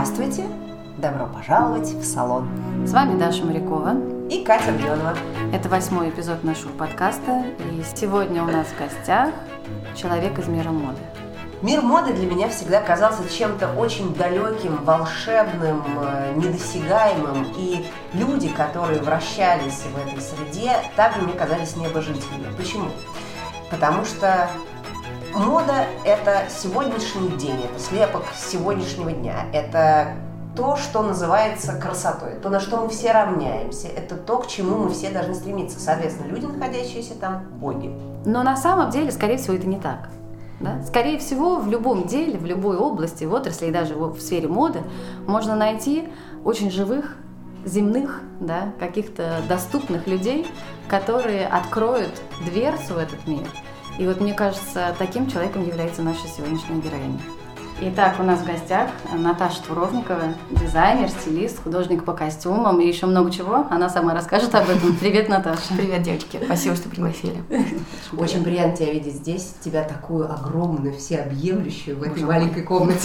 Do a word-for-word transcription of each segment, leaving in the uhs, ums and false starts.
Здравствуйте! Добро пожаловать в салон! С вами Даша Морякова и Катя Бленова. Это восьмой эпизод нашего подкаста, и сегодня у нас в гостях человек из мира моды. Мир моды для меня всегда казался чем-то очень далеким, волшебным, недосягаемым, и люди, которые вращались в этой среде, также мне казались небожителями. Почему? Потому что мода – это сегодняшний день, это слепок сегодняшнего дня, это то, что называется красотой, то, на что мы все равняемся, это то, к чему мы все должны стремиться. Соответственно, люди, находящиеся там, боги. Но на самом деле, скорее всего, это не так. Да? Скорее всего, в любом деле, в любой области, в отрасли и даже в сфере моды можно найти очень живых, земных, да, каких-то доступных людей, которые откроют дверцу в этот мир. И вот мне кажется, таким человеком является наша сегодняшняя героиня. Итак, у нас в гостях Наташа Туровникова, дизайнер, стилист, художник по костюмам и еще много чего. Она сама расскажет об этом. Привет, Наташа. Привет, девочки. Спасибо, что пригласили. Очень приятно тебя видеть здесь, тебя такую огромную, всеобъемлющую в этой маленькой комнате.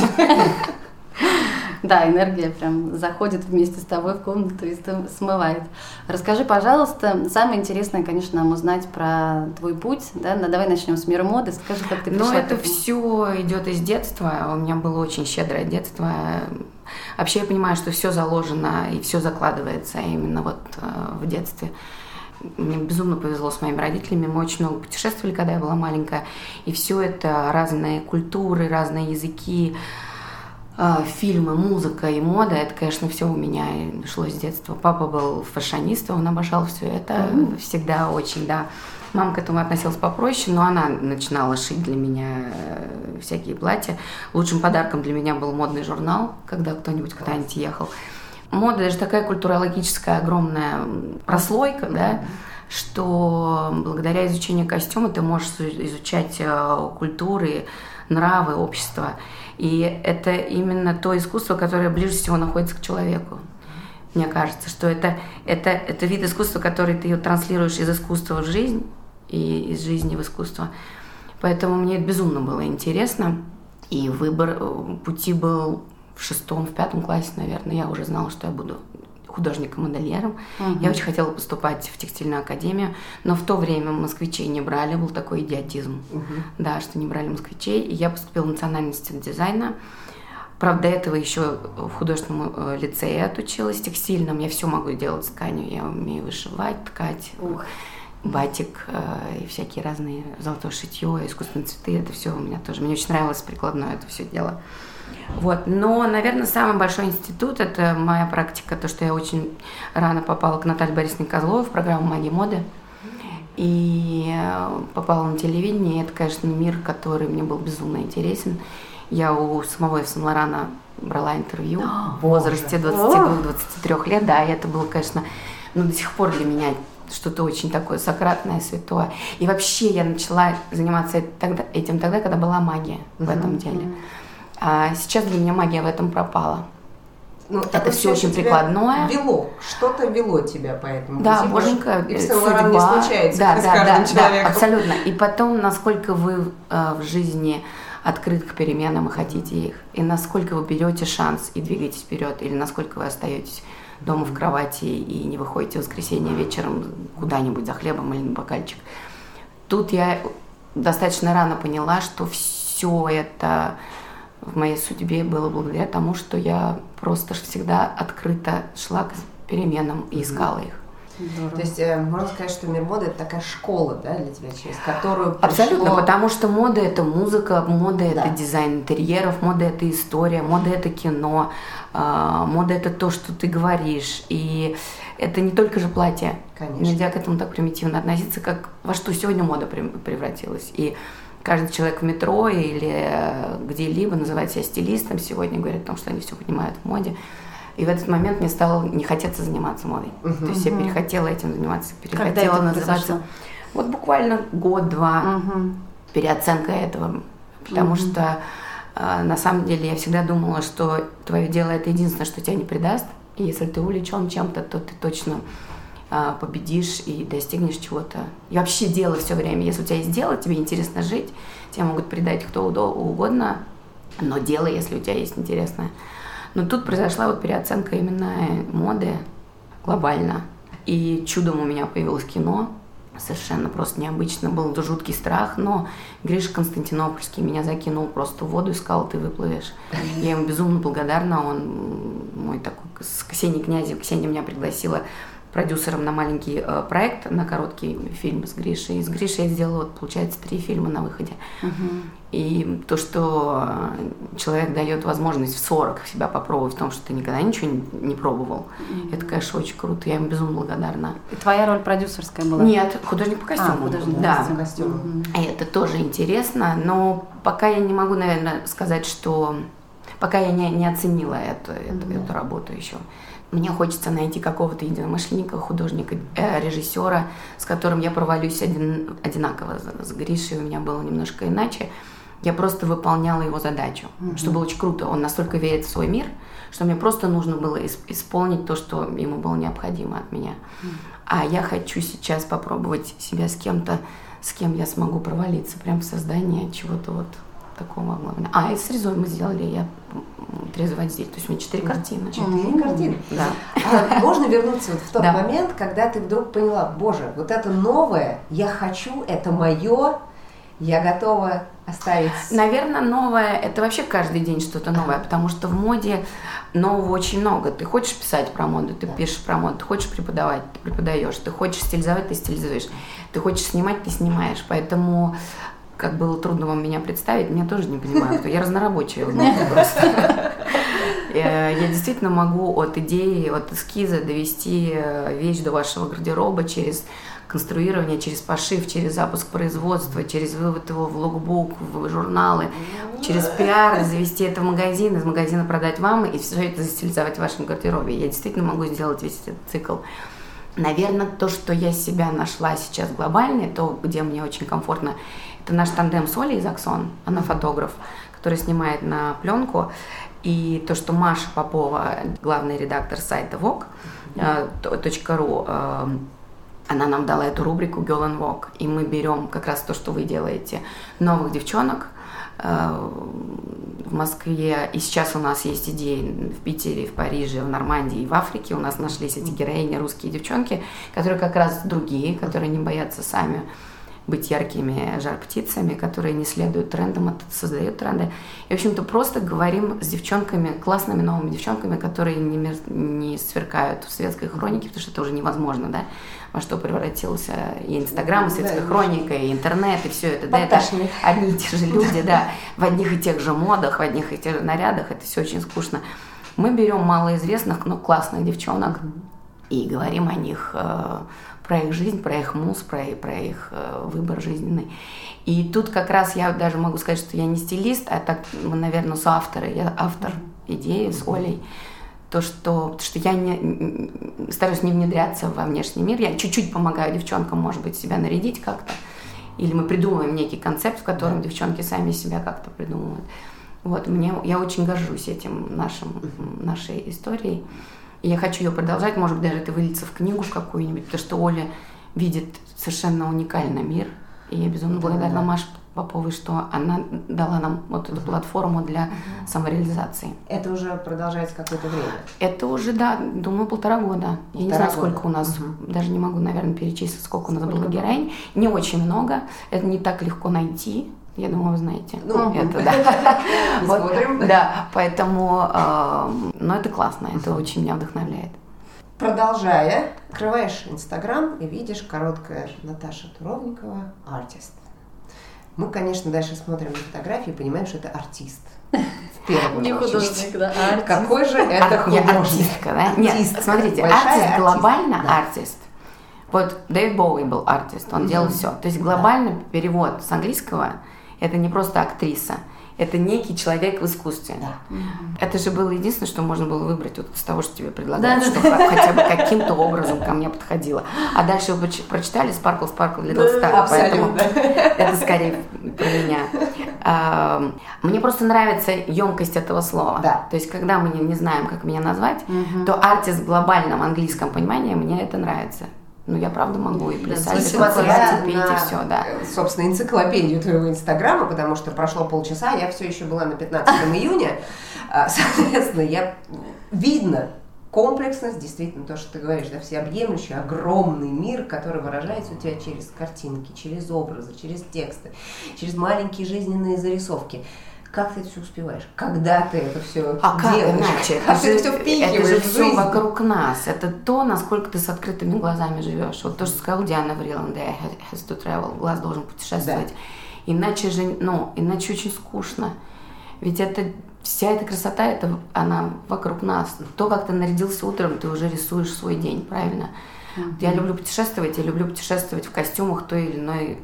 Да, энергия прям заходит вместе с тобой в комнату и смывает. Расскажи, пожалуйста, самое интересное, конечно, нам узнать про твой путь. Да? Давай начнем с мира моды. Скажи, как ты пришла. Ну, это все идет из детства. У меня было очень щедрое детство. Вообще я понимаю, что все заложено и все закладывается именно вот в детстве. Мне безумно повезло с моими родителями. Мы очень много путешествовали, когда я была маленькая. И все это разные культуры, разные языки, фильмы, музыка и мода, это, конечно, все у меня шло с детства. Папа был фашионистом, он обожал все это, mm-hmm. всегда очень, да. Мама к этому относилась попроще, но она начинала шить для меня всякие платья. Лучшим подарком для меня был модный журнал, когда кто-нибудь куда-нибудь ехал. Мода – это же такая культурологическая огромная прослойка, mm-hmm. да, что благодаря изучению костюма ты можешь изучать культуры, нравы, общество. И это именно то искусство, которое ближе всего находится к человеку. Мне кажется, что это, это, это вид искусства, который ты транслируешь из искусства в жизнь и из жизни в искусство. Поэтому мне это безумно было интересно. И выбор пути был в шестом, в пятом классе, наверное. Я уже знала, что я буду художником-модельером. Uh-huh. Я очень хотела поступать в текстильную академию, но в то время москвичей не брали, был такой идиотизм, uh-huh. да, что не брали москвичей, и я поступила в Национальный институт дизайна. Правда, до этого еще в художественном лицее отучилась, текстильном, я все могу делать с тканью, я умею вышивать, ткать, uh-huh. батик э, и всякие разные, золотое шитье, искусственные цветы, это все у меня тоже, мне очень нравилось прикладное это все дело. Вот. Но, наверное, самый большой институт – это моя практика, то, что я очень рано попала к Наталье Борисовне Козловой в программу «Магия моды». И попала на телевидение, и это, конечно, мир, который мне был безумно интересен. Я у самого Ив Сен-Лорана брала интервью в возрасте двадцати двух - двадцати трёх лет, да, и это было, конечно, ну, до сих пор для меня что-то очень такое сакратное, святое. И вообще я начала заниматься этим тогда, когда была магия в этом деле. А сейчас для меня магия в этом пропала. Ну, это все очень прикладное. Вело, что-то вело тебя по этому. Да, боженька, Ив Сен-Лоран не случается да, с да, каждым да, человеком. Да, абсолютно. И потом, насколько вы э, в жизни открыты к переменам и хотите их, и насколько вы берете шанс и двигаетесь вперед, или насколько вы остаетесь дома в кровати и не выходите в воскресенье вечером куда-нибудь за хлебом или на бокальчик. Тут я достаточно рано поняла, что все это в моей судьбе было благодаря тому, что я просто всегда открыто шла к переменам и искала их. Здорово. То есть э, можно сказать, что мир моды – это такая школа, да, для тебя, через которую пришло... Абсолютно, потому что мода – это музыка, мода – да. это дизайн интерьеров, мода – это история, мода – это кино, э, мода – это то, что ты говоришь. И это не только же платье. Конечно. Нельзя к этому так примитивно относиться, как во что сегодня мода превратилась. И каждый человек в метро или где-либо называет себя стилистом сегодня, говорит о том, что они все понимают в моде. И в этот момент мне стало не хотеться заниматься модой. Uh-huh. То есть я перехотела этим заниматься, перехотела называться. Вот буквально год-два uh-huh. переоценка этого. Потому uh-huh. что э, на самом деле я всегда думала, что твое дело – это единственное, что тебя не предаст. И если ты увлечен чем-то, то ты точно э, победишь и достигнешь чего-то. И вообще дело все время. Если у тебя есть дело, тебе интересно жить, тебя могут предать кто угодно, но дело, если у тебя есть интересное. Но тут произошла вот переоценка именно моды глобально. И чудом у меня появилось кино. Совершенно просто необычно. Был жуткий страх, но Гриша Константинопольский меня закинул просто в воду и сказал: ты выплывешь. Я ему безумно благодарна. Он мой такой, с Ксенией Князевой. Ксения меня пригласила продюсером на маленький э, проект, на короткий фильм с Гришей. И с Гришей я сделала, вот, получается, три фильма на выходе. Uh-huh. И то, что человек дает возможность в сорок себя попробовать в том, что ты никогда ничего не, не пробовал, uh-huh. это, конечно, очень круто. Я ему безумно благодарна. И твоя роль продюсерская была? Нет, художник по костюму. А, художник да. по костюму. Uh-huh. И это тоже интересно, но пока я не могу, наверное, сказать, что... Пока я не, не оценила эту, эту, uh-huh. эту работу еще. Мне хочется найти какого-то единомышленника, художника, э, режиссера, с которым я провалюсь один, одинаково. С Гришей у меня было немножко иначе. Я просто выполняла его задачу, mm-hmm. что было очень круто. Он настолько верит в свой мир, что мне просто нужно было исполнить то, что ему было необходимо от меня. Mm-hmm. А я хочу сейчас попробовать себя с кем-то, с кем я смогу провалиться прям в создании чего-то вот такого главного. А, и с Резой мы сделали, я трезвая здесь. То есть у меня четыре картины. Четыре картины? Да. А можно вернуться вот в тот да. момент, когда ты вдруг поняла: боже, вот это новое, я хочу, это мое, я готова оставить... Наверное, новое, это вообще каждый день что-то новое, потому что в моде нового очень много. Ты хочешь писать про моду, ты да. пишешь про моду, ты хочешь преподавать, ты преподаешь, ты хочешь стилизовать, ты стилизуешь, ты хочешь снимать, ты снимаешь. Поэтому... Как было трудно вам меня представить, меня тоже не понимаю, кто я разнорабочая просто. Я действительно могу от идеи, от эскиза довести вещь до вашего гардероба через конструирование, через пошив, через запуск производства, через вывод его в логбук, в журналы, через пиар, завести это в магазин, из магазина продать вам и все это застилизовать в вашем гардеробе. Я действительно могу сделать весь этот цикл. Наверное, то, что я себя нашла сейчас глобально, то, где мне очень комфортно, это наш тандем с Олей из Аксон, она фотограф, который снимает на пленку, и то, что Маша Попова, главный редактор сайта Vogue точка ру, она нам дала эту рубрику Girl and Vogue, и мы берем как раз то, что вы делаете, новых девчонок в Москве, и сейчас у нас есть идеи в Питере, в Париже, в Нормандии и в Африке. У нас нашлись эти героини, русские девчонки, которые как раз другие, которые не боятся сами быть яркими жар-птицами, которые не следуют трендам, а создают тренды. И, в общем-то, просто говорим с девчонками, классными новыми девчонками, которые не, мер... не сверкают в светской хронике, потому что это уже невозможно, да, во что превратился и Инстаграм, и светская да, хроника, и интернет, и все это. Да, это одни и те же люди, да, в одних и тех же модах, в одних и тех же нарядах, это все очень скучно. Мы берем малоизвестных, но классных девчонок и говорим о них, про их жизнь, про их муз, про, про их э, выбор жизненный. И тут как раз я даже могу сказать, что я не стилист, а так, наверное, соавторы. Я автор идеи с Олей. То, что, что я не, стараюсь не внедряться во внешний мир. Я чуть-чуть помогаю девчонкам, может быть, себя нарядить как-то. Или мы придумываем некий концепт, в котором девчонки сами себя как-то придумывают. Вот, мне, я очень горжусь этим нашим, нашей историей. И я хочу ее продолжать, может быть, даже это выльется в книгу в какую-нибудь, потому что Оля видит совершенно уникальный мир. И я безумно благодарна Маше Поповой, что она дала нам вот эту платформу для uh-huh. самореализации. Это уже продолжается какое-то время? Это уже, да, думаю, полтора года. Полтора я не знаю, сколько года. У нас, uh-huh. даже не могу, наверное, перечислить, сколько, сколько у нас было героинь. Не очень много, это не так легко найти. Я думаю, вы знаете. Ну, это, да. Смотрим. Вот, да, поэтому, э, ну, это классно, это очень меня вдохновляет. Продолжая, открываешь Инстаграм и видишь короткое Наташа Туровникова, артист. Мы, конечно, дальше смотрим на фотографии и понимаем, что это артист. В первую Не очередь. художник, да, артист. Какой же это художник? Артистка, да? Нет, смотрите, артист глобально артист. Вот Дэвид Боуи был артист, он делал все. То есть глобальный перевод с английского это не просто актриса, это некий человек в искусстве. Да. Mm-hmm. Это же было единственное, что можно было выбрать вот из того, что тебе предлагают, да, что да. хотя бы каким-то образом ко мне подходило. А дальше вы прочитали «Спаркл, Спаркл» для Толстого, поэтому это скорее про меня. Мне просто нравится емкость этого слова. Да. То есть, когда мы не знаем, как меня назвать, mm-hmm. то артист в глобальном английском понимании, мне это нравится. Ну, я правда могу и плясать, и смотря танцевать, и петь, и все, да. Собственно, энциклопедию твоего Инстаграма, потому что прошло полчаса, я все еще была на пятнадцатого июня. Соответственно, я видно комплексность, действительно, то, что ты говоришь, да, всеобъемлющий, огромный мир, который выражается у тебя через картинки, через образы, через тексты, через маленькие жизненные зарисовки. Как ты это все успеваешь? Когда ты это все а делаешь? Как иначе? Как это ты же, это все впихиваешь это же в все жизнь? вокруг нас. Это то, насколько ты с открытыми глазами живешь. Вот то, что сказала Диана Вриланд, да, has to travel, глаз должен путешествовать. Да. Иначе же, ну, иначе очень скучно. Ведь это вся эта красота, это она вокруг нас. То, как ты нарядился утром, ты уже рисуешь свой день, правильно? Mm-hmm. Я люблю путешествовать, я люблю путешествовать в костюмах той или иной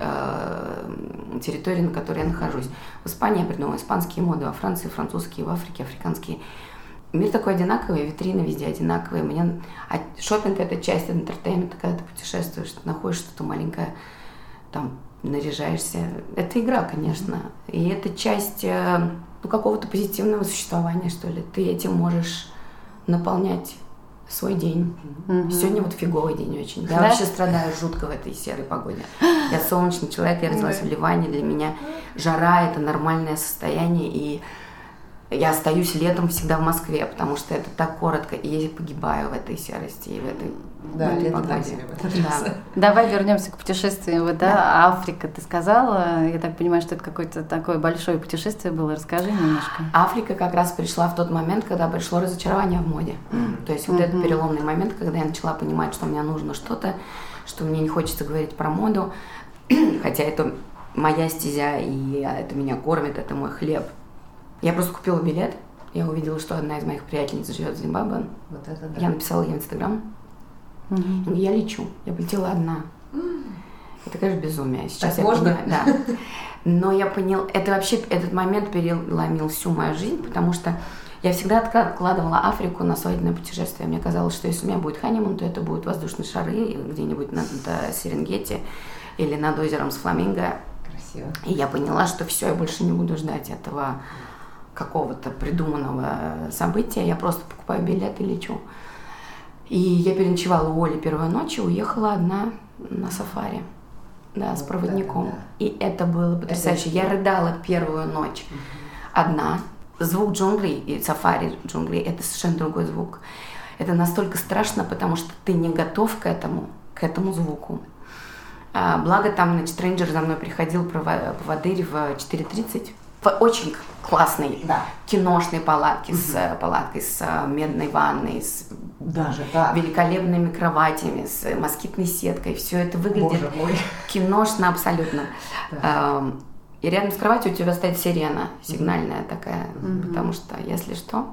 э, территории, на которой я нахожусь. В Испании я придумала испанские моды, во Франции французские, в Африке африканские. Мир такой одинаковый, витрины везде одинаковые. Меня... А шопинг — это часть интертеймента, когда ты путешествуешь, ты находишь что-то маленькое, там, наряжаешься. Это игра, конечно. И это часть э, ну, какого-то позитивного существования, что ли. Ты этим можешь наполнять свой день. Mm-hmm. Сегодня вот фиговый день очень. Я да? вообще страдаю жутко в этой серой погоде. Я солнечный человек, я родилась mm-hmm. в Ливане. Для меня жара — это нормальное состояние. И я остаюсь летом всегда в Москве, потому что это так коротко. И я погибаю в этой серости и в этой, да, в этой лето погоде. Да. Давай вернемся к путешествиям. Вот, да? Да. Африка, ты сказала. Я так понимаю, что это какое-то такое большое путешествие было. Расскажи немножко. Африка как раз пришла в тот момент, когда пришло разочарование в моде. Mm-hmm. То есть вот mm-hmm. этот переломный момент, когда я начала понимать, что мне нужно что-то, что мне не хочется говорить про моду, хотя это моя стезя, и это меня кормит, это мой хлеб. Я просто купила билет, я увидела, что одна из моих приятельниц живет в Зимбабве. Вот это да. Я написала ей в Инстаграм. Mm-hmm. Я лечу. Я полетела одна. Mm. Это, конечно, безумие. Сейчас так я можно? понимаю, да. Но я поняла, это вообще, этот момент переломил всю мою жизнь, потому что я всегда откладывала Африку на свадебное путешествие. Мне казалось, что если у меня будет ханимун, то это будут воздушные шары где-нибудь над Серенгети или над озером с фламинго. Красиво. И я поняла, что все, я больше не буду ждать этого какого-то придуманного события. Я просто покупаю билет и лечу. И я переночевала у Оли первой ночи, уехала одна на сафари, да, вот с проводником. Это, да. И это было потрясающе. Это... Я рыдала первую ночь угу. одна. Звук джунглей и сафари джунглей — это совершенно другой звук. Это настолько страшно, потому что ты не готов к этому, к этому звуку. А, благо там, значит, рейнджер за мной приходил, поводырь в четыре тридцать. В очень классной да. киношной палатке, угу. с палаткой, с медной ванной, с даже так. великолепными кроватями, с москитной сеткой. Все это выглядит киношно абсолютно. Да. И рядом с кроватью у тебя стоит сирена сигнальная такая, угу. потому что, если что,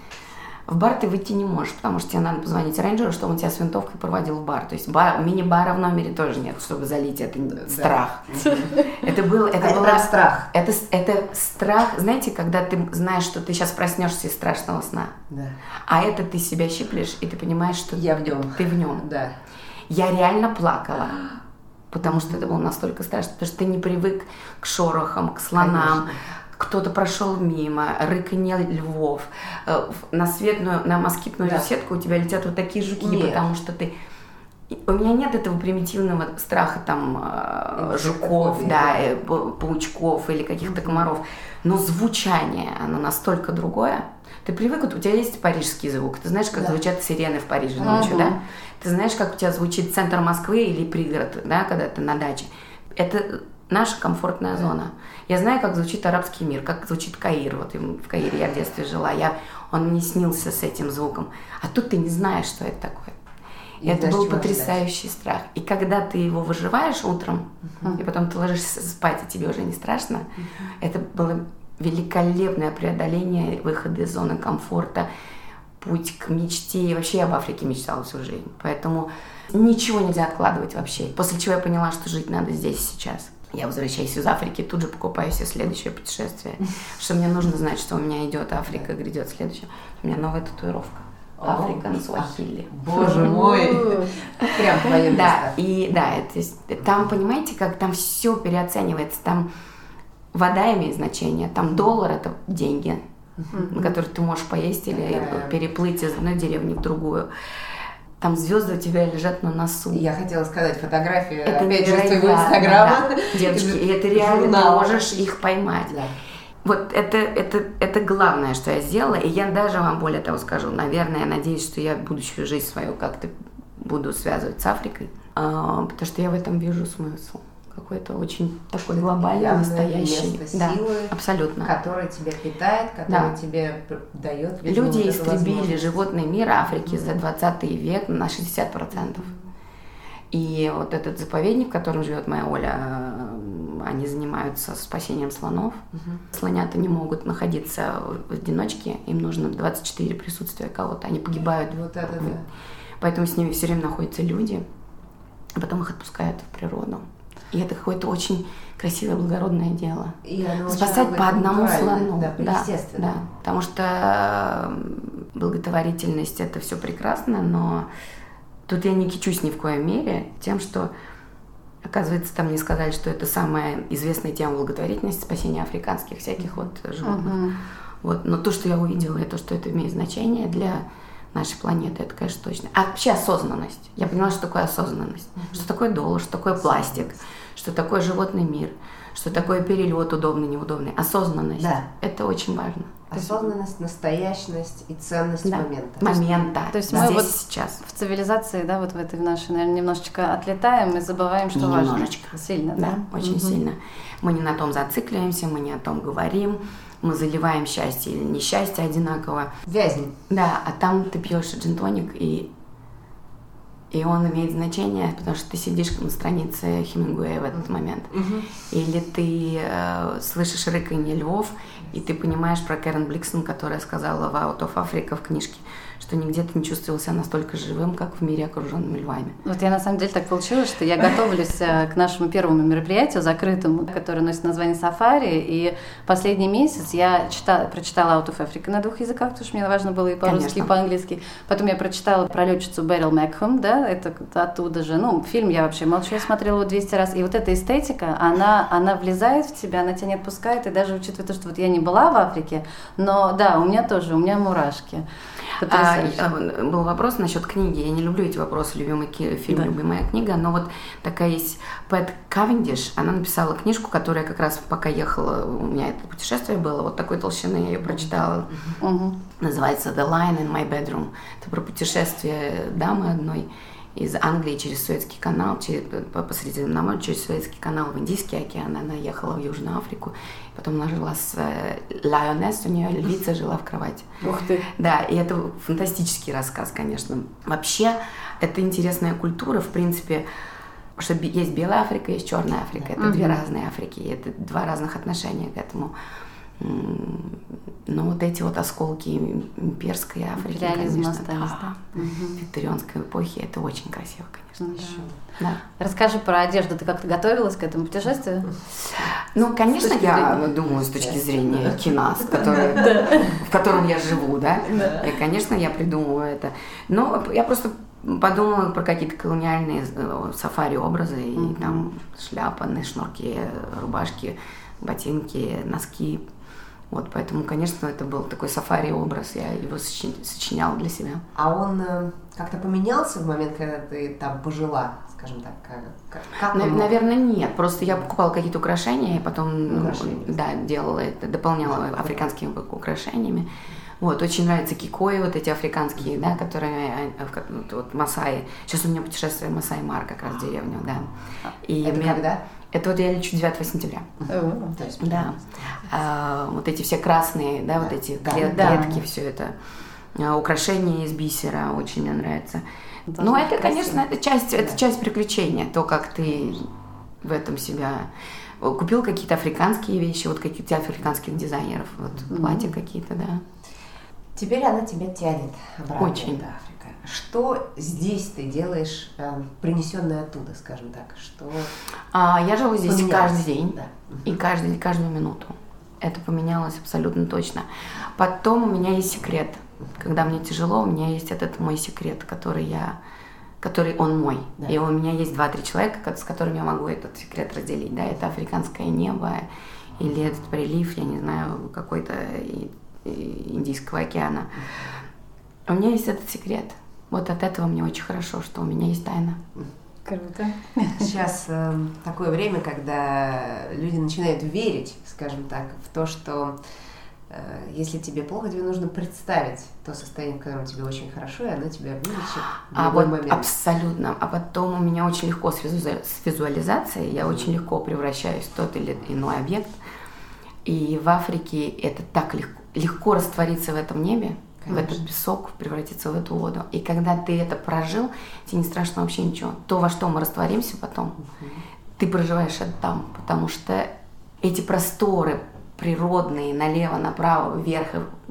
в бар ты выйти не можешь, потому что тебе надо позвонить рейнджеру, чтобы он тебя с винтовкой проводил в бар. То есть бар, мини-бара в номере тоже нет, чтобы залить. Это да. страх. Это был, это а был это страх. Это, это страх, знаете, когда ты знаешь, что ты сейчас проснешься из страшного сна. Да. А это ты себя щиплешь, и ты понимаешь, что я в нем. Ты в нем. Да. Я реально плакала. Потому что это было настолько страшно, потому что ты не привык к шорохам, к слонам. Конечно. Кто-то прошел мимо, рыканье львов, на светную, на москитную да. сетку у тебя летят вот такие жуки, нет. потому что ты... У меня нет этого примитивного страха там жуков, да, паучков или каких-то комаров, но звучание, оно настолько другое. Ты привык, вот у тебя есть парижский звук, ты знаешь, как да. звучат сирены в Париже ночью, uh-huh. да? Ты знаешь, как у тебя звучит центр Москвы или пригород, да, когда ты на даче. Это наша комфортная да. зона. Я знаю, как звучит арабский мир, как звучит Каир. Вот в Каире я в детстве жила, я, он мне снился с этим звуком. А тут ты не знаешь, что это такое. И это был потрясающий ждать. Страх. И когда ты его выживаешь утром, uh-huh. и потом ты ложишься спать, и тебе уже не страшно, uh-huh. это было великолепное преодоление выхода из зоны комфорта, путь к мечте. И вообще я об Африке мечтала всю жизнь. Поэтому ничего нельзя откладывать вообще. После чего я поняла, что жить надо здесь и сейчас. Я возвращаюсь из Африки, тут же покупаю себе следующее путешествие. Что мне нужно знать, что у меня идет Африка, грядет следующее. У меня новая татуировка. Африка на суахили. Боже мой! Прям твоё место. Да, и да, это, там, понимаете, как там все переоценивается. Там вода имеет значение, там доллар — это деньги, на которые ты можешь поесть или переплыть из одной деревни в другую. Там звезды у тебя лежат на носу. Я хотела сказать, фотографии, это опять же, из твоего инстаграма. Да. Девочки, и это реально, журнала. Ты можешь их поймать. Да. Вот это, это, это главное, что я сделала. И я даже вам более того скажу. Наверное, я надеюсь, что я будущую жизнь свою как-то буду связывать с Африкой. А, потому что я в этом вижу смысл. Какой-то очень такой глобальный, явное настоящий. Место Да, силы, абсолютно. Который тебя питает, который да. тебе дает. Видимо, Люди вот истребили животный мир Африки за двадцатый век на шестьдесят процентов. И вот этот заповедник, в котором живет моя Оля, они занимаются спасением слонов. Угу. Слонята не могут находиться в одиночке, им нужно двадцать четыре присутствия кого-то, они погибают. Вот это да. Поэтому с ними все время находятся люди, а потом их отпускают в природу. И это какое-то очень красивое, благородное дело. И спасать по одному слону. Да, да, естественно. Да, потому что благотворительность – это все прекрасно, но тут я не кичусь ни в коей мере тем, что, оказывается, там мне сказали, что это самая известная тема благотворительности – спасение африканских всяких вот животных. Uh-huh. Вот. Но то, что я увидела, и то, что это имеет значение для нашей планеты, это, конечно, точно. А вообще осознанность. Я поняла, что такое осознанность. Uh-huh. Что такое доллар, что такое пластик, что такое животный мир, что такое перелет удобный, неудобный. Осознанность. Да. Это очень важно. Осознанность, настоящность и ценность да. момента. Момента. То есть да. мы Здесь вот сейчас. В цивилизации, да, вот в этой в нашей, наверное, немножечко отлетаем и забываем, что не важно. Немножечко. Сильно, да? да? Очень угу. сильно. Мы не на том зацикливаемся, мы не о том говорим, мы заливаем счастье или несчастье одинаково. Вязнем. Да, а там ты пьешь джин-тоник, и, и он имеет значение, потому что ты сидишь на странице Хемингуэя в этот uh-huh. момент. Uh-huh. Или ты э, слышишь рыканье львов, и ты понимаешь про Кэрен Бликсон, которая сказала в Out of Africa в книжке, что нигде ты не чувствовал себя настолько живым, как в мире, окруженным львами. Вот я на самом деле так получилось, что я готовлюсь к нашему первому мероприятию, закрытому, которое носит название «Сафари», и последний месяц я читала, прочитала «Out of Africa» на двух языках, потому что мне важно было и по-русски, Конечно. и по-английски. Потом я прочитала про летчицу Берил Мекхэм, да, это оттуда же. Ну, фильм я вообще молчу, я смотрела его двести раз. И вот эта эстетика, она, она влезает в тебя, она тебя не отпускает, и даже учитывая то, что вот я не была в Африке, но да, у меня тоже, у меня мурашки. А, был вопрос насчет книги. Я не люблю эти вопросы, любимый фильм, да. любимая книга, но вот такая есть Пэт Кавендиш, она написала книжку, которая как раз пока ехала, у меня это путешествие было, вот такой толщины, я ее прочитала. Uh-huh. Называется The Line in My Bedroom. Это про путешествие дамы одной из Англии через Суэцкий канал, через, по, по Средиземноморью, через Суэцкий канал в Индийский океан. Она ехала в Южную Африку. Потом она жила с Лайонесс, у нее львица жила в кровати. Ух ты! Да, и это фантастический рассказ, конечно. Вообще, это интересная культура, в принципе, что есть белая Африка, есть черная Африка. Это mm-hmm. две разные Африки, это два разных отношения к этому. Но вот эти вот осколки имперской Африки, конечно, остались, да. Угу. Викторианской эпохи, это очень красиво, конечно. Да. Да. Расскажи про одежду. Ты как-то готовилась к этому путешествию? Ну, конечно, я зрения... думаю, с точки зрения кино, в котором я живу, да. И, конечно, я придумываю это. Но я просто подумала про какие-то колониальные сафари-образы, и там шляпа, шнурки, рубашки, ботинки, носки. Вот, поэтому, конечно, это был такой сафари-образ, я его сочиняла для себя. А он э, как-то поменялся в момент, когда ты там пожила, скажем так? Как, как он... Наверное, нет. Просто я покупала какие-то украшения, и потом украшения. да, делала это, дополняла африканскими украшениями. Вот, очень нравятся кикои, вот эти африканские, да, которые, вот, вот масаи. Сейчас у меня путешествие Масай-Мар, как раз в деревню, да. И это меня... когда? Это вот я лечу девятого сентября. Uh-huh. То есть, да. А, вот эти все красные, да, да. вот эти да. клет, да. клетки, все это. А, украшения из бисера, очень мне нравится. Ну, это, красиво. Конечно, это часть, да. это часть приключения, то, как ты в этом себя... Купил какие-то африканские вещи, вот каких-то африканских дизайнеров, вот mm-hmm. платья какие-то, да. Теперь она тебя тянет обратно. Очень. До Африки. Что здесь ты делаешь, э, принесенное оттуда, скажем так? Что а, я живу здесь поменялось. Каждый день да. и каждый, каждую минуту. Это поменялось абсолютно точно. Потом у меня есть секрет. Когда мне тяжело, у меня есть этот мой секрет, который я, который он мой. Да. И у меня есть два-три человека, с которыми я могу этот секрет разделить. Да? Это африканское небо или этот прилив, я не знаю, какой-то Индийского океана. У меня есть этот секрет. Вот от этого мне очень хорошо, что у меня есть тайна. Круто. Сейчас э, такое время, когда люди начинают верить, скажем так, в то, что э, если тебе плохо, тебе нужно представить то состояние, в котором тебе очень хорошо, и оно тебя вылечит в а любой вот момент. Абсолютно. А потом у меня очень легко с, визу... с визуализацией, я очень легко превращаюсь в тот или иной объект. И в Африке это так легко, легко раствориться в этом небе, Конечно. в этот песок, превратиться в эту воду. И когда ты это прожил, тебе не страшно вообще ничего. То, во что мы растворимся потом, uh-huh. ты проживаешь это там, потому что эти просторы природные, налево, направо, вверх,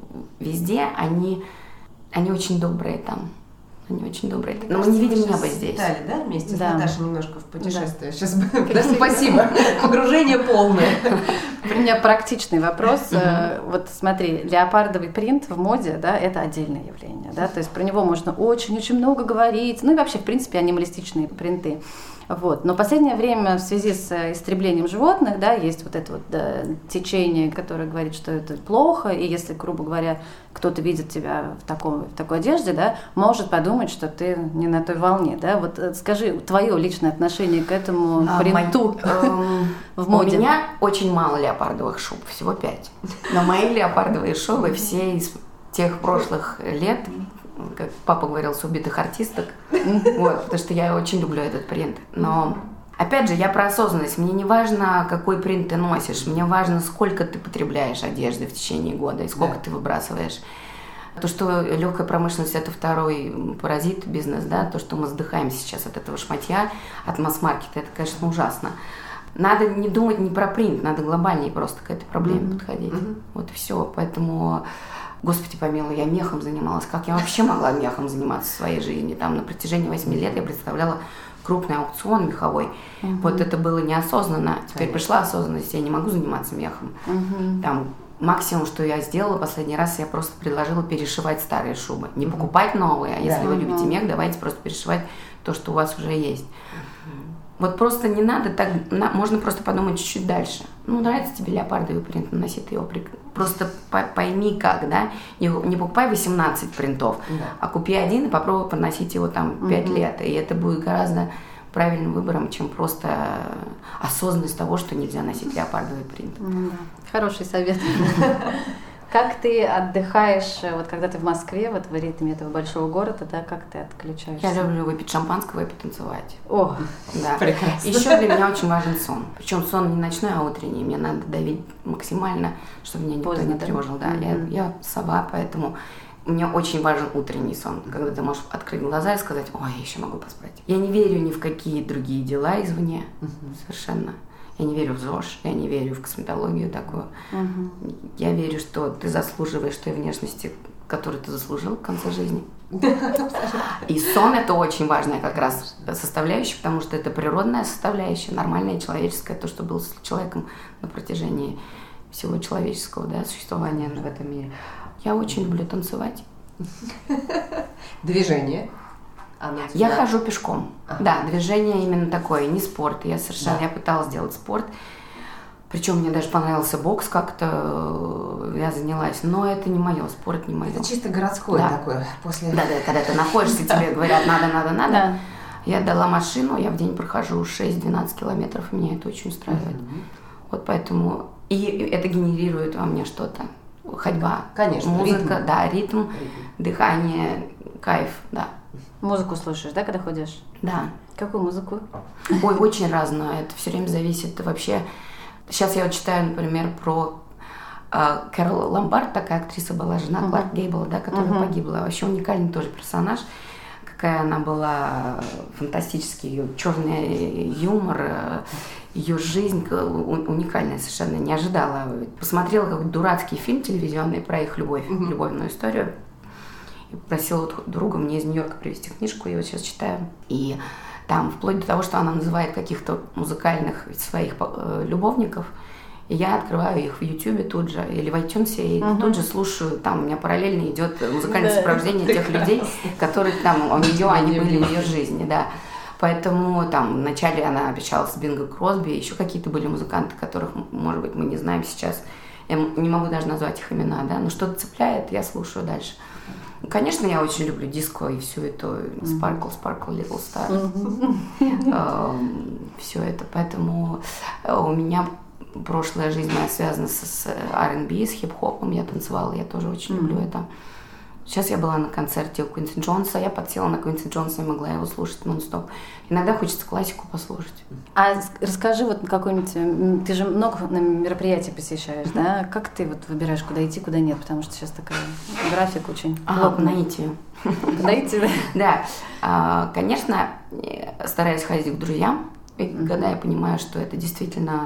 везде, они, они очень добрые там. Они очень добрые. Но мы не видим неба здесь. Летали, да, вместе да. с Наташей немножко в путешествие. Да. Сейчас, да, спасибо. Погружение полное. У меня практичный вопрос. Вот смотри, леопардовый принт в моде, да, это отдельное явление, да, то есть про него можно очень-очень много говорить, ну и вообще, в принципе, анималистичные принты. Вот. Но в последнее время в связи с истреблением животных, да, есть вот это вот да, течение, которое говорит, что это плохо, и если, грубо говоря, кто-то видит тебя в, таком, в такой одежде, да, может подумать, что ты не на той волне. Да? Вот скажи, твое личное отношение к этому а, принту мой, в моде. У меня очень мало леопардовых шуб, всего пять. Но мои леопардовые шубы все из тех прошлых лет, как папа говорил, с убитых артисток, вот, потому что я очень люблю этот принт. Но, опять же, я про осознанность. Мне не важно, какой принт ты носишь, мне важно, сколько ты потребляешь одежды в течение года и сколько да. ты выбрасываешь. То, что легкая промышленность – это второй паразит бизнес, да, то, что мы сдыхаем сейчас от этого шматья, от масс-маркета, это, конечно, ужасно. Надо не думать не про принт, надо глобальнее просто к этой проблеме mm-hmm. подходить. Mm-hmm. Вот и все. Поэтому... Господи помилуй, я мехом занималась. Как я вообще могла мехом заниматься в своей жизни? Там на протяжении восьми лет я представляла крупный аукцион меховой. Uh-huh. Вот это было неосознанно. Теперь Конечно. Пришла осознанность, я не могу заниматься мехом. Uh-huh. Там максимум, что я сделала последний раз, я просто предложила перешивать старые шубы. Не uh-huh. покупать новые, а если uh-huh. вы любите мех, давайте просто перешивать то, что у вас уже есть. Вот просто не надо так, на, можно просто подумать чуть-чуть дальше. Ну, нравится тебе леопардовый принт, носи ты его. Просто пойми как, да, не, не покупай восемнадцать принтов, да. а купи один и попробуй поносить его там пять угу. лет. И это будет гораздо правильным выбором, чем просто осознанность того, что нельзя носить леопардовый принт. Mm, да. Хороший совет. Как ты отдыхаешь, вот когда ты в Москве, вот в ритме этого большого города, да, как ты отключаешься? Я люблю выпить шампанского и потанцевать. О, да. Прекрасно. Еще для меня очень важен сон. Причем сон не ночной, а утренний. Мне надо давить максимально, чтобы меня никто Поздно, не тревожил. Да? Да. Mm-hmm. Я, я сова, поэтому мне очень важен утренний сон, когда ты можешь открыть глаза и сказать: ой, я еще могу поспать. Я не верю ни в какие другие дела извне, mm-hmm. совершенно. Я не верю в ЗОЖ, я не верю в косметологию такую. Uh-huh. Я верю, что ты заслуживаешь той внешности, которую ты заслужил в конце жизни. И сон – это очень важная как раз составляющая, потому что это природная составляющая, нормальная, человеческая, то, что было с человеком на протяжении всего человеческого, да, существования в этом мире. Я очень люблю танцевать. Движение. Я тебя... хожу пешком. Ага. Да, движение именно такое, не спорт. Я совершенно, да. я пыталась делать спорт. Причем мне даже понравился бокс, как-то я занялась. Но это не мое, спорт не мое. Это чисто городской да. такой. После... Да, да, когда ты находишься, тебе говорят, надо, надо, надо. Да. Я отдала машину, я в день прохожу шесть-двенадцать километров, меня это очень устраивает. Mm-hmm. Вот поэтому... И это генерирует во мне что-то. Ходьба. Конечно. Музыка, ритм. да, ритм, ритм, дыхание, кайф, да. Музыку слушаешь, да, когда ходишь? Да. Какую музыку? Ой, очень разную. Это все время зависит вообще. Сейчас я вот читаю, например, про э, Кэрол Ломбард, такая актриса была, жена uh-huh. Кларка Гейбла, да, которая uh-huh. погибла. Вообще уникальный тоже персонаж. Какая она была фантастический, черный юмор, ее жизнь уникальная совершенно, не ожидала. Посмотрела какой-то дурацкий фильм телевизионный про их любовь, uh-huh. любовную историю. И попросила вот друга мне из Нью-Йорка привезти книжку, я вот сейчас читаю. И там вплоть до того, что она называет каких-то музыкальных своих э, любовников, и я открываю их в Ютубе тут же, или в iTunes, и uh-huh. тут же слушаю, там у меня параллельно идет музыкальное сопровождение тех людей, которые там у нее, они были в ее жизни, да. Поэтому там вначале она обещала с Бинго Кросби, еще какие-то были музыканты, которых, может быть, мы не знаем сейчас. Я не могу даже назвать их имена, да, но что-то цепляет, я слушаю дальше. Конечно, я очень люблю диско и всю эту Sparkle, Sparkle, Little Star. Все это, поэтому у меня прошлая жизнь моя связана с ар энд би, с хип-хопом. Я танцевала, я тоже очень люблю это. Сейчас я была на концерте у Квинси Джонса, я подсела на Квинси Джонса и могла его слушать нон-стоп. Иногда хочется классику послушать. А расскажи вот какой-нибудь, ты же много мероприятий посещаешь, mm-hmm. да? Как ты вот выбираешь, куда идти, куда нет? Потому что сейчас такая график очень плотный. А, по наитию. По наитию, да? Да. Конечно, стараюсь ходить к друзьям, когда я понимаю, что это действительно...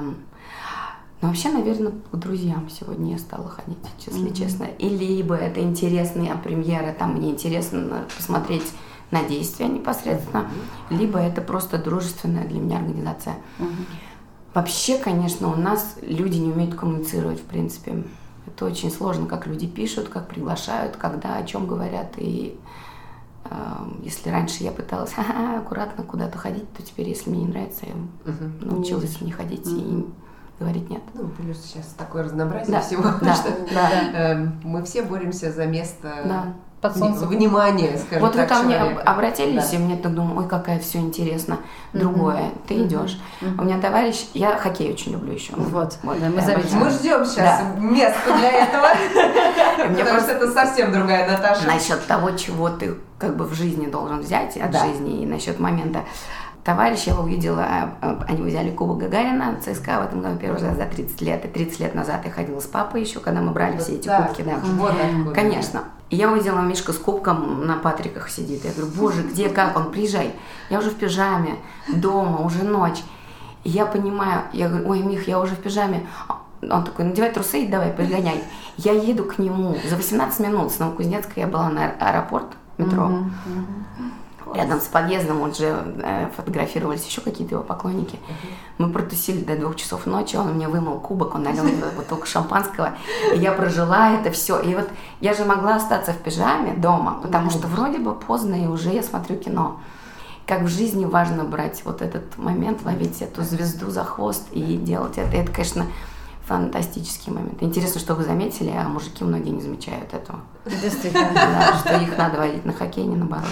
Но вообще, наверное, к друзьям сегодня я стала ходить, если mm-hmm. честно. И либо это интересные премьеры, там мне интересно посмотреть на действия непосредственно, mm-hmm. либо это просто дружественная для меня организация. Mm-hmm. Вообще, конечно, у нас люди не умеют коммуницировать, в принципе. Это очень сложно, как люди пишут, как приглашают, когда, о чем говорят. И э, если раньше я пыталась ха-ха, аккуратно куда-то ходить, то теперь, если мне не нравится, я mm-hmm. научилась не ходить mm-hmm. и говорить нет. Ну, плюс сейчас такое разнообразие да, всего, да, что да. э, мы все боремся за место да. под солнцем внимания, скажем вот так. Вот вы ко мне человека. обратились, да. и мне так думаю, ой, какая все интересно. Другое, mm-hmm. ты идешь. Mm-hmm. У меня товарищ, я хоккей очень люблю еще. Вот, вот да, мы, мы ждем сейчас да. место для этого, потому что это совсем другая Наташа. Насчет того, чего ты как бы в жизни должен взять от жизни, и насчет момента. Товарищ, я его увидела, они взяли Кубок Гагарина, ЦСКА в этом году первый раз за тридцать лет. И тридцать лет назад я ходила с папой еще, когда мы брали все эти да, кубки. Да. Вот откуда. Конечно. И я увидела Мишка с кубком на Патриках сидит. Я говорю, боже, где, как? Он, приезжай. Я уже в пижаме, дома, уже ночь. И я понимаю, я говорю, ой, Мих, я уже в пижаме. Он такой, надевай трусы и давай, пригоняй. Я еду к нему. За восемнадцать минут с Новокузнецка я была на аэропорт, метро. Mm-hmm. Mm-hmm. Рядом с подъездом, вот же э, фотографировались еще какие-то его поклонники. Uh-huh. Мы протусили до двух часов ночи, он мне вымыл кубок, он налил бутылку шампанского, и я прожила это все. И вот я же могла остаться в пижаме дома, потому uh-huh. что вроде бы поздно, и уже я смотрю кино. Как в жизни важно брать вот этот момент, ловить эту звезду за хвост и делать это. Это, конечно, фантастический момент. Интересно, что вы заметили, а мужики многие не замечают этого. Действительно. Да, что их надо водить на хоккей, не наоборот.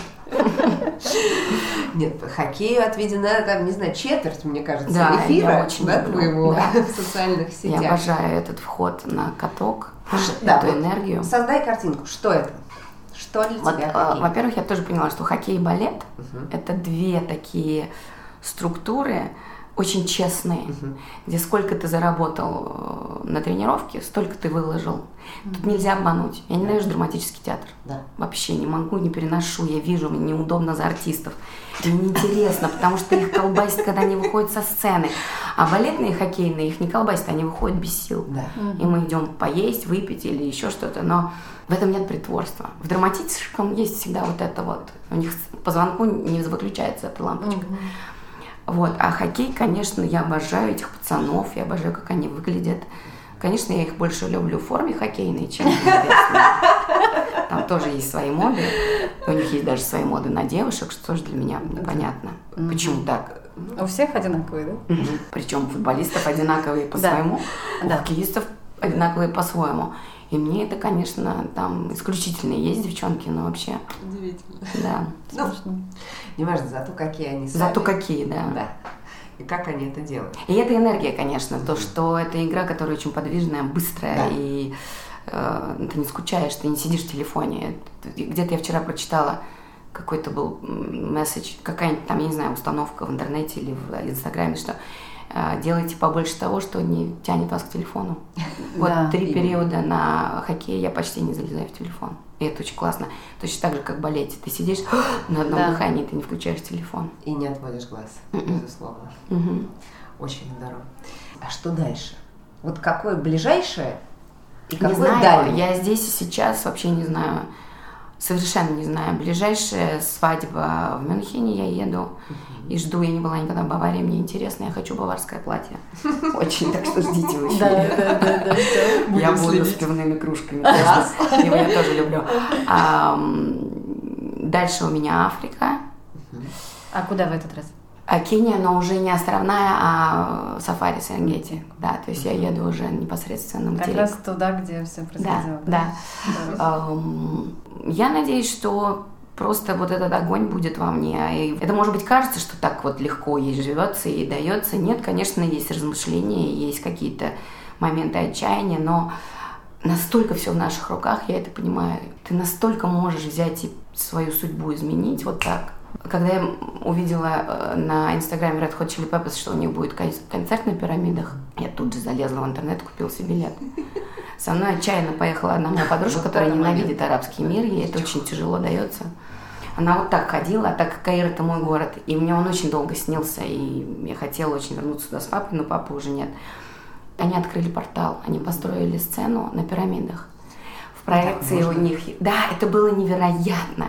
Нет, хоккею отведена, там, не знаю, четверть, мне кажется, да, эфира, очень да, люблю. твоего да. в социальных сетях. Я обожаю этот вход на каток, да, эту вот энергию. Создай картинку, что это? Что для вот, тебя хоккей? Во-первых, я тоже поняла, что хоккей и балет uh-huh. это две такие структуры, очень честные, uh-huh. где сколько ты заработал на тренировке, столько ты выложил. Uh-huh. Тут нельзя обмануть. Я ненавижу драматический театр. Да. Вообще не могу, не переношу. Я вижу, мне неудобно за артистов. Мне неинтересно, потому что их колбасит, когда они выходят со сцены. А балетные, хоккейные, их не колбасит, они выходят без сил. Да. Uh-huh. И мы идем поесть, выпить или еще что-то. Но в этом нет притворства. В драматическом есть всегда вот это вот. У них по звонку не выключается эта лампочка. Uh-huh. Вот. А хоккей, конечно, я обожаю этих пацанов, я обожаю, как они выглядят. Конечно, я их больше люблю в форме хоккейной, чем небесной. Там тоже есть свои моды. У них есть даже свои моды на девушек, что тоже для меня непонятно. Mm-hmm. Почему так? У всех одинаковые, да? Mm-hmm. Причем футболистов одинаковые по-своему, у да. хоккеистов одинаковые по-своему. И мне это, конечно, там исключительные есть девчонки, но вообще... Удивительно. Да. Ну, не важно, зато какие они сами. Зато какие, да. Да. И как они это делают. И это энергия, конечно, mm-hmm. то, что это игра, которая очень подвижная, быстрая, да. и э, ты не скучаешь, ты не сидишь в телефоне. Где-то я вчера прочитала, какой-то был месседж, какая-нибудь там, я не знаю, установка в интернете или в Инстаграме, что делайте побольше того, что не тянет вас к телефону. Вот да, три именно. периода на хоккее я почти не залезаю в телефон. И это очень классно. Точно так же, как в балете. Ты сидишь на одном да. дыхании, ты не включаешь телефон. И не отводишь глаз, Mm-mm. безусловно. Mm-hmm. Очень здорово. А что дальше? Вот какое ближайшее и какое не знаю, дальнее? Я здесь и сейчас вообще не знаю. Совершенно не знаю. Ближайшая свадьба в Мюнхене, я еду uh-huh. и жду. Я не была никогда в Баварии, мне интересно. Я хочу баварское платье. Очень, так что ждите в эфире. Да, да, да. Я буду с пивными кружками. Его я тоже люблю. Дальше у меня Африка. А куда в этот раз? А Кения, но уже не островная, а сафари Серенгети. Да, то есть я еду уже непосредственно на материк. Как раз туда, где все происходило. Да, да. да. Я надеюсь, что просто вот этот огонь будет во мне. И это, может быть, кажется, что так вот легко ей живется и дается. Нет, конечно, есть размышления, есть какие-то моменты отчаяния, но настолько все в наших руках, я это понимаю. Ты настолько можешь взять и свою судьбу изменить вот так. Когда я увидела на инстаграме Red Hot Chili Peppers, что у них будет концерт на пирамидах, я тут же залезла в интернет, купила себе билет. Со мной отчаянно поехала одна моя подружка, которая ненавидит арабский мир, ей это очень тяжело дается. Она вот так ходила, а так как Каир — это мой город, и мне он очень долго снился, и я хотела очень вернуться сюда с папой, но папы уже нет. Они открыли портал, они построили сцену на пирамидах. В проекции у них... Да, это было невероятно.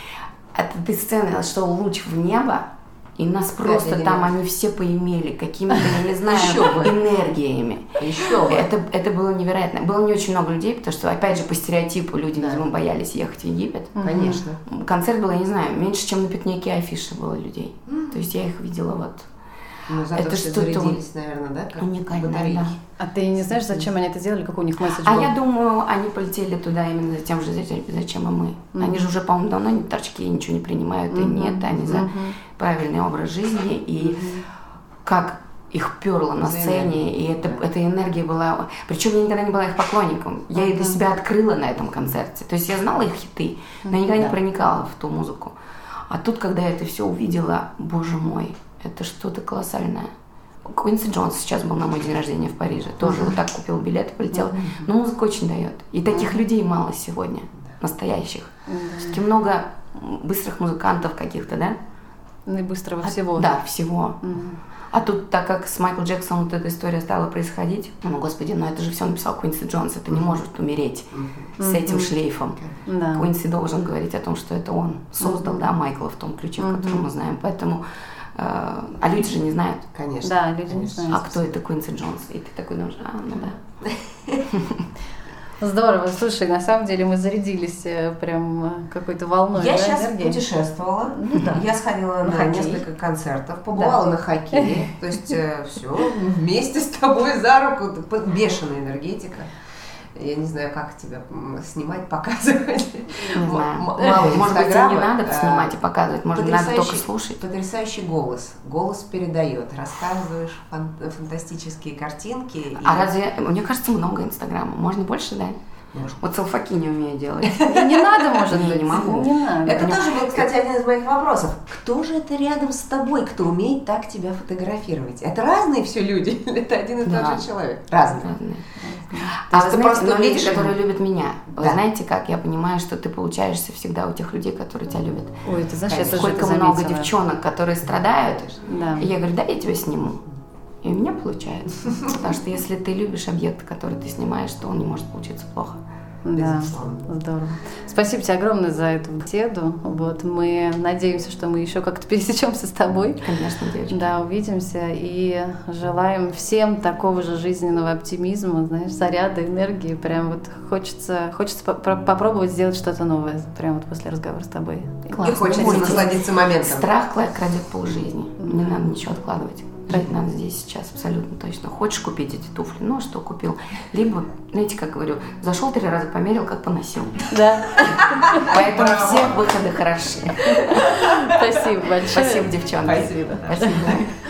От этой сцены шел луч в небо, и нас просто да, там они все поимели какими-то, я не знаю, энергиями. Еще это, это было невероятно. Было не очень много людей, потому что, опять же, по стереотипу люди, да. видимо, боялись ехать в Египет. Конечно. Концерт был, я не знаю, меньше, чем на пикнике афиши было людей. Mm. То есть я их видела вот... Ну, зато это что-то зарядились, наверное, да? Как уникально, да. А ты не знаешь, зачем они это делали, какой у них месседж а был? А я думаю, они полетели туда именно за тем же, зачем и мы. Mm-hmm. Они же уже, по-моему, давно не торчки, ничего не принимают, mm-hmm. и нет, они за mm-hmm. правильный образ жизни, и mm-hmm. как их перло на сцене, и это, да. эта энергия была... Причем я никогда не была их поклонником, я mm-hmm. для себя открыла на этом концерте. То есть я знала их хиты, но я никогда mm-hmm. не проникала в ту музыку. А тут, когда я это все увидела, боже мой, это что-то колоссальное. Куинси Джонс сейчас был на мой день рождения в Париже. Тоже uh-huh. вот так купил билет и полетел. Uh-huh. Но музыка очень дает. И таких uh-huh. людей мало сегодня, настоящих. Uh-huh. Все-таки много быстрых музыкантов каких-то, да? Ну и быстрого а, всего. Да, всего. Uh-huh. А тут, так как с Майклом Джексоном вот эта история стала происходить, ну, господи, ну это же все написал Куинси Джонс, это не может умереть uh-huh. с этим uh-huh. шлейфом. Uh-huh. Куинси должен говорить о том, что это он создал, uh-huh. да, Майкла в том ключе, в uh-huh. котором мы знаем. Поэтому... А люди же не знают. Конечно. Да, люди конечно. не знают. А кто это Куинси Джонс? И ты такой думаешь, а, ну да. Здорово. Слушай, на самом деле мы зарядились прям какой-то волной. Я да, сейчас энергии. путешествовала. Ну, да. Я сходила на, на несколько концертов, побывала да. на хоккее. То есть все вместе с тобой за руку. Бешеная энергетика. Я не знаю, как тебя снимать, показывать. Не знаю. Мало Может быть, не надо снимать и показывать, может, надо только слушать. Потрясающий голос. Голос передает. Рассказываешь фан- фантастические картинки. А и... разве, мне кажется, много Инстаграма. Можно больше, да? Может. Вот селфаки не умею делать. Не надо, может быть. Не могу. Не надо. Это тоже был, кстати, один из моих вопросов. Кто же это рядом с тобой, кто умеет так тебя фотографировать? Это разные все люди? Или это один и тот же человек? Разные. А вы знаете, но люди, которые любят меня, вы знаете как? Я понимаю, что ты получаешься всегда у тех людей, которые тебя любят. Ой, ты знаешь, я тоже сколько много девчонок, которые страдают, и я говорю, да, я тебя сниму. И у меня получается. Потому что если ты любишь объект, который ты снимаешь, то он не может получиться плохо. Да, здорово. Спасибо тебе огромное за эту беседу. Вот, мы надеемся, что мы еще как-то пересечемся с тобой. Конечно, девочка. Да, увидимся и желаем всем такого же жизненного оптимизма, знаешь, заряда, энергии. Прям вот хочется, хочется попробовать сделать что-то новое прямо вот после разговора с тобой. Классно. И хочется насладиться моментом. Страх крадет полжизни. Не надо ничего откладывать. Тратить надо здесь сейчас, абсолютно точно. Хочешь купить эти туфли? Ну, что купил? Либо, знаете, как говорю, зашел три раза, померил, как поносил. Да. Поэтому все выходы хороши. Спасибо большое. Спасибо, девчонки. Спасибо. Спасибо.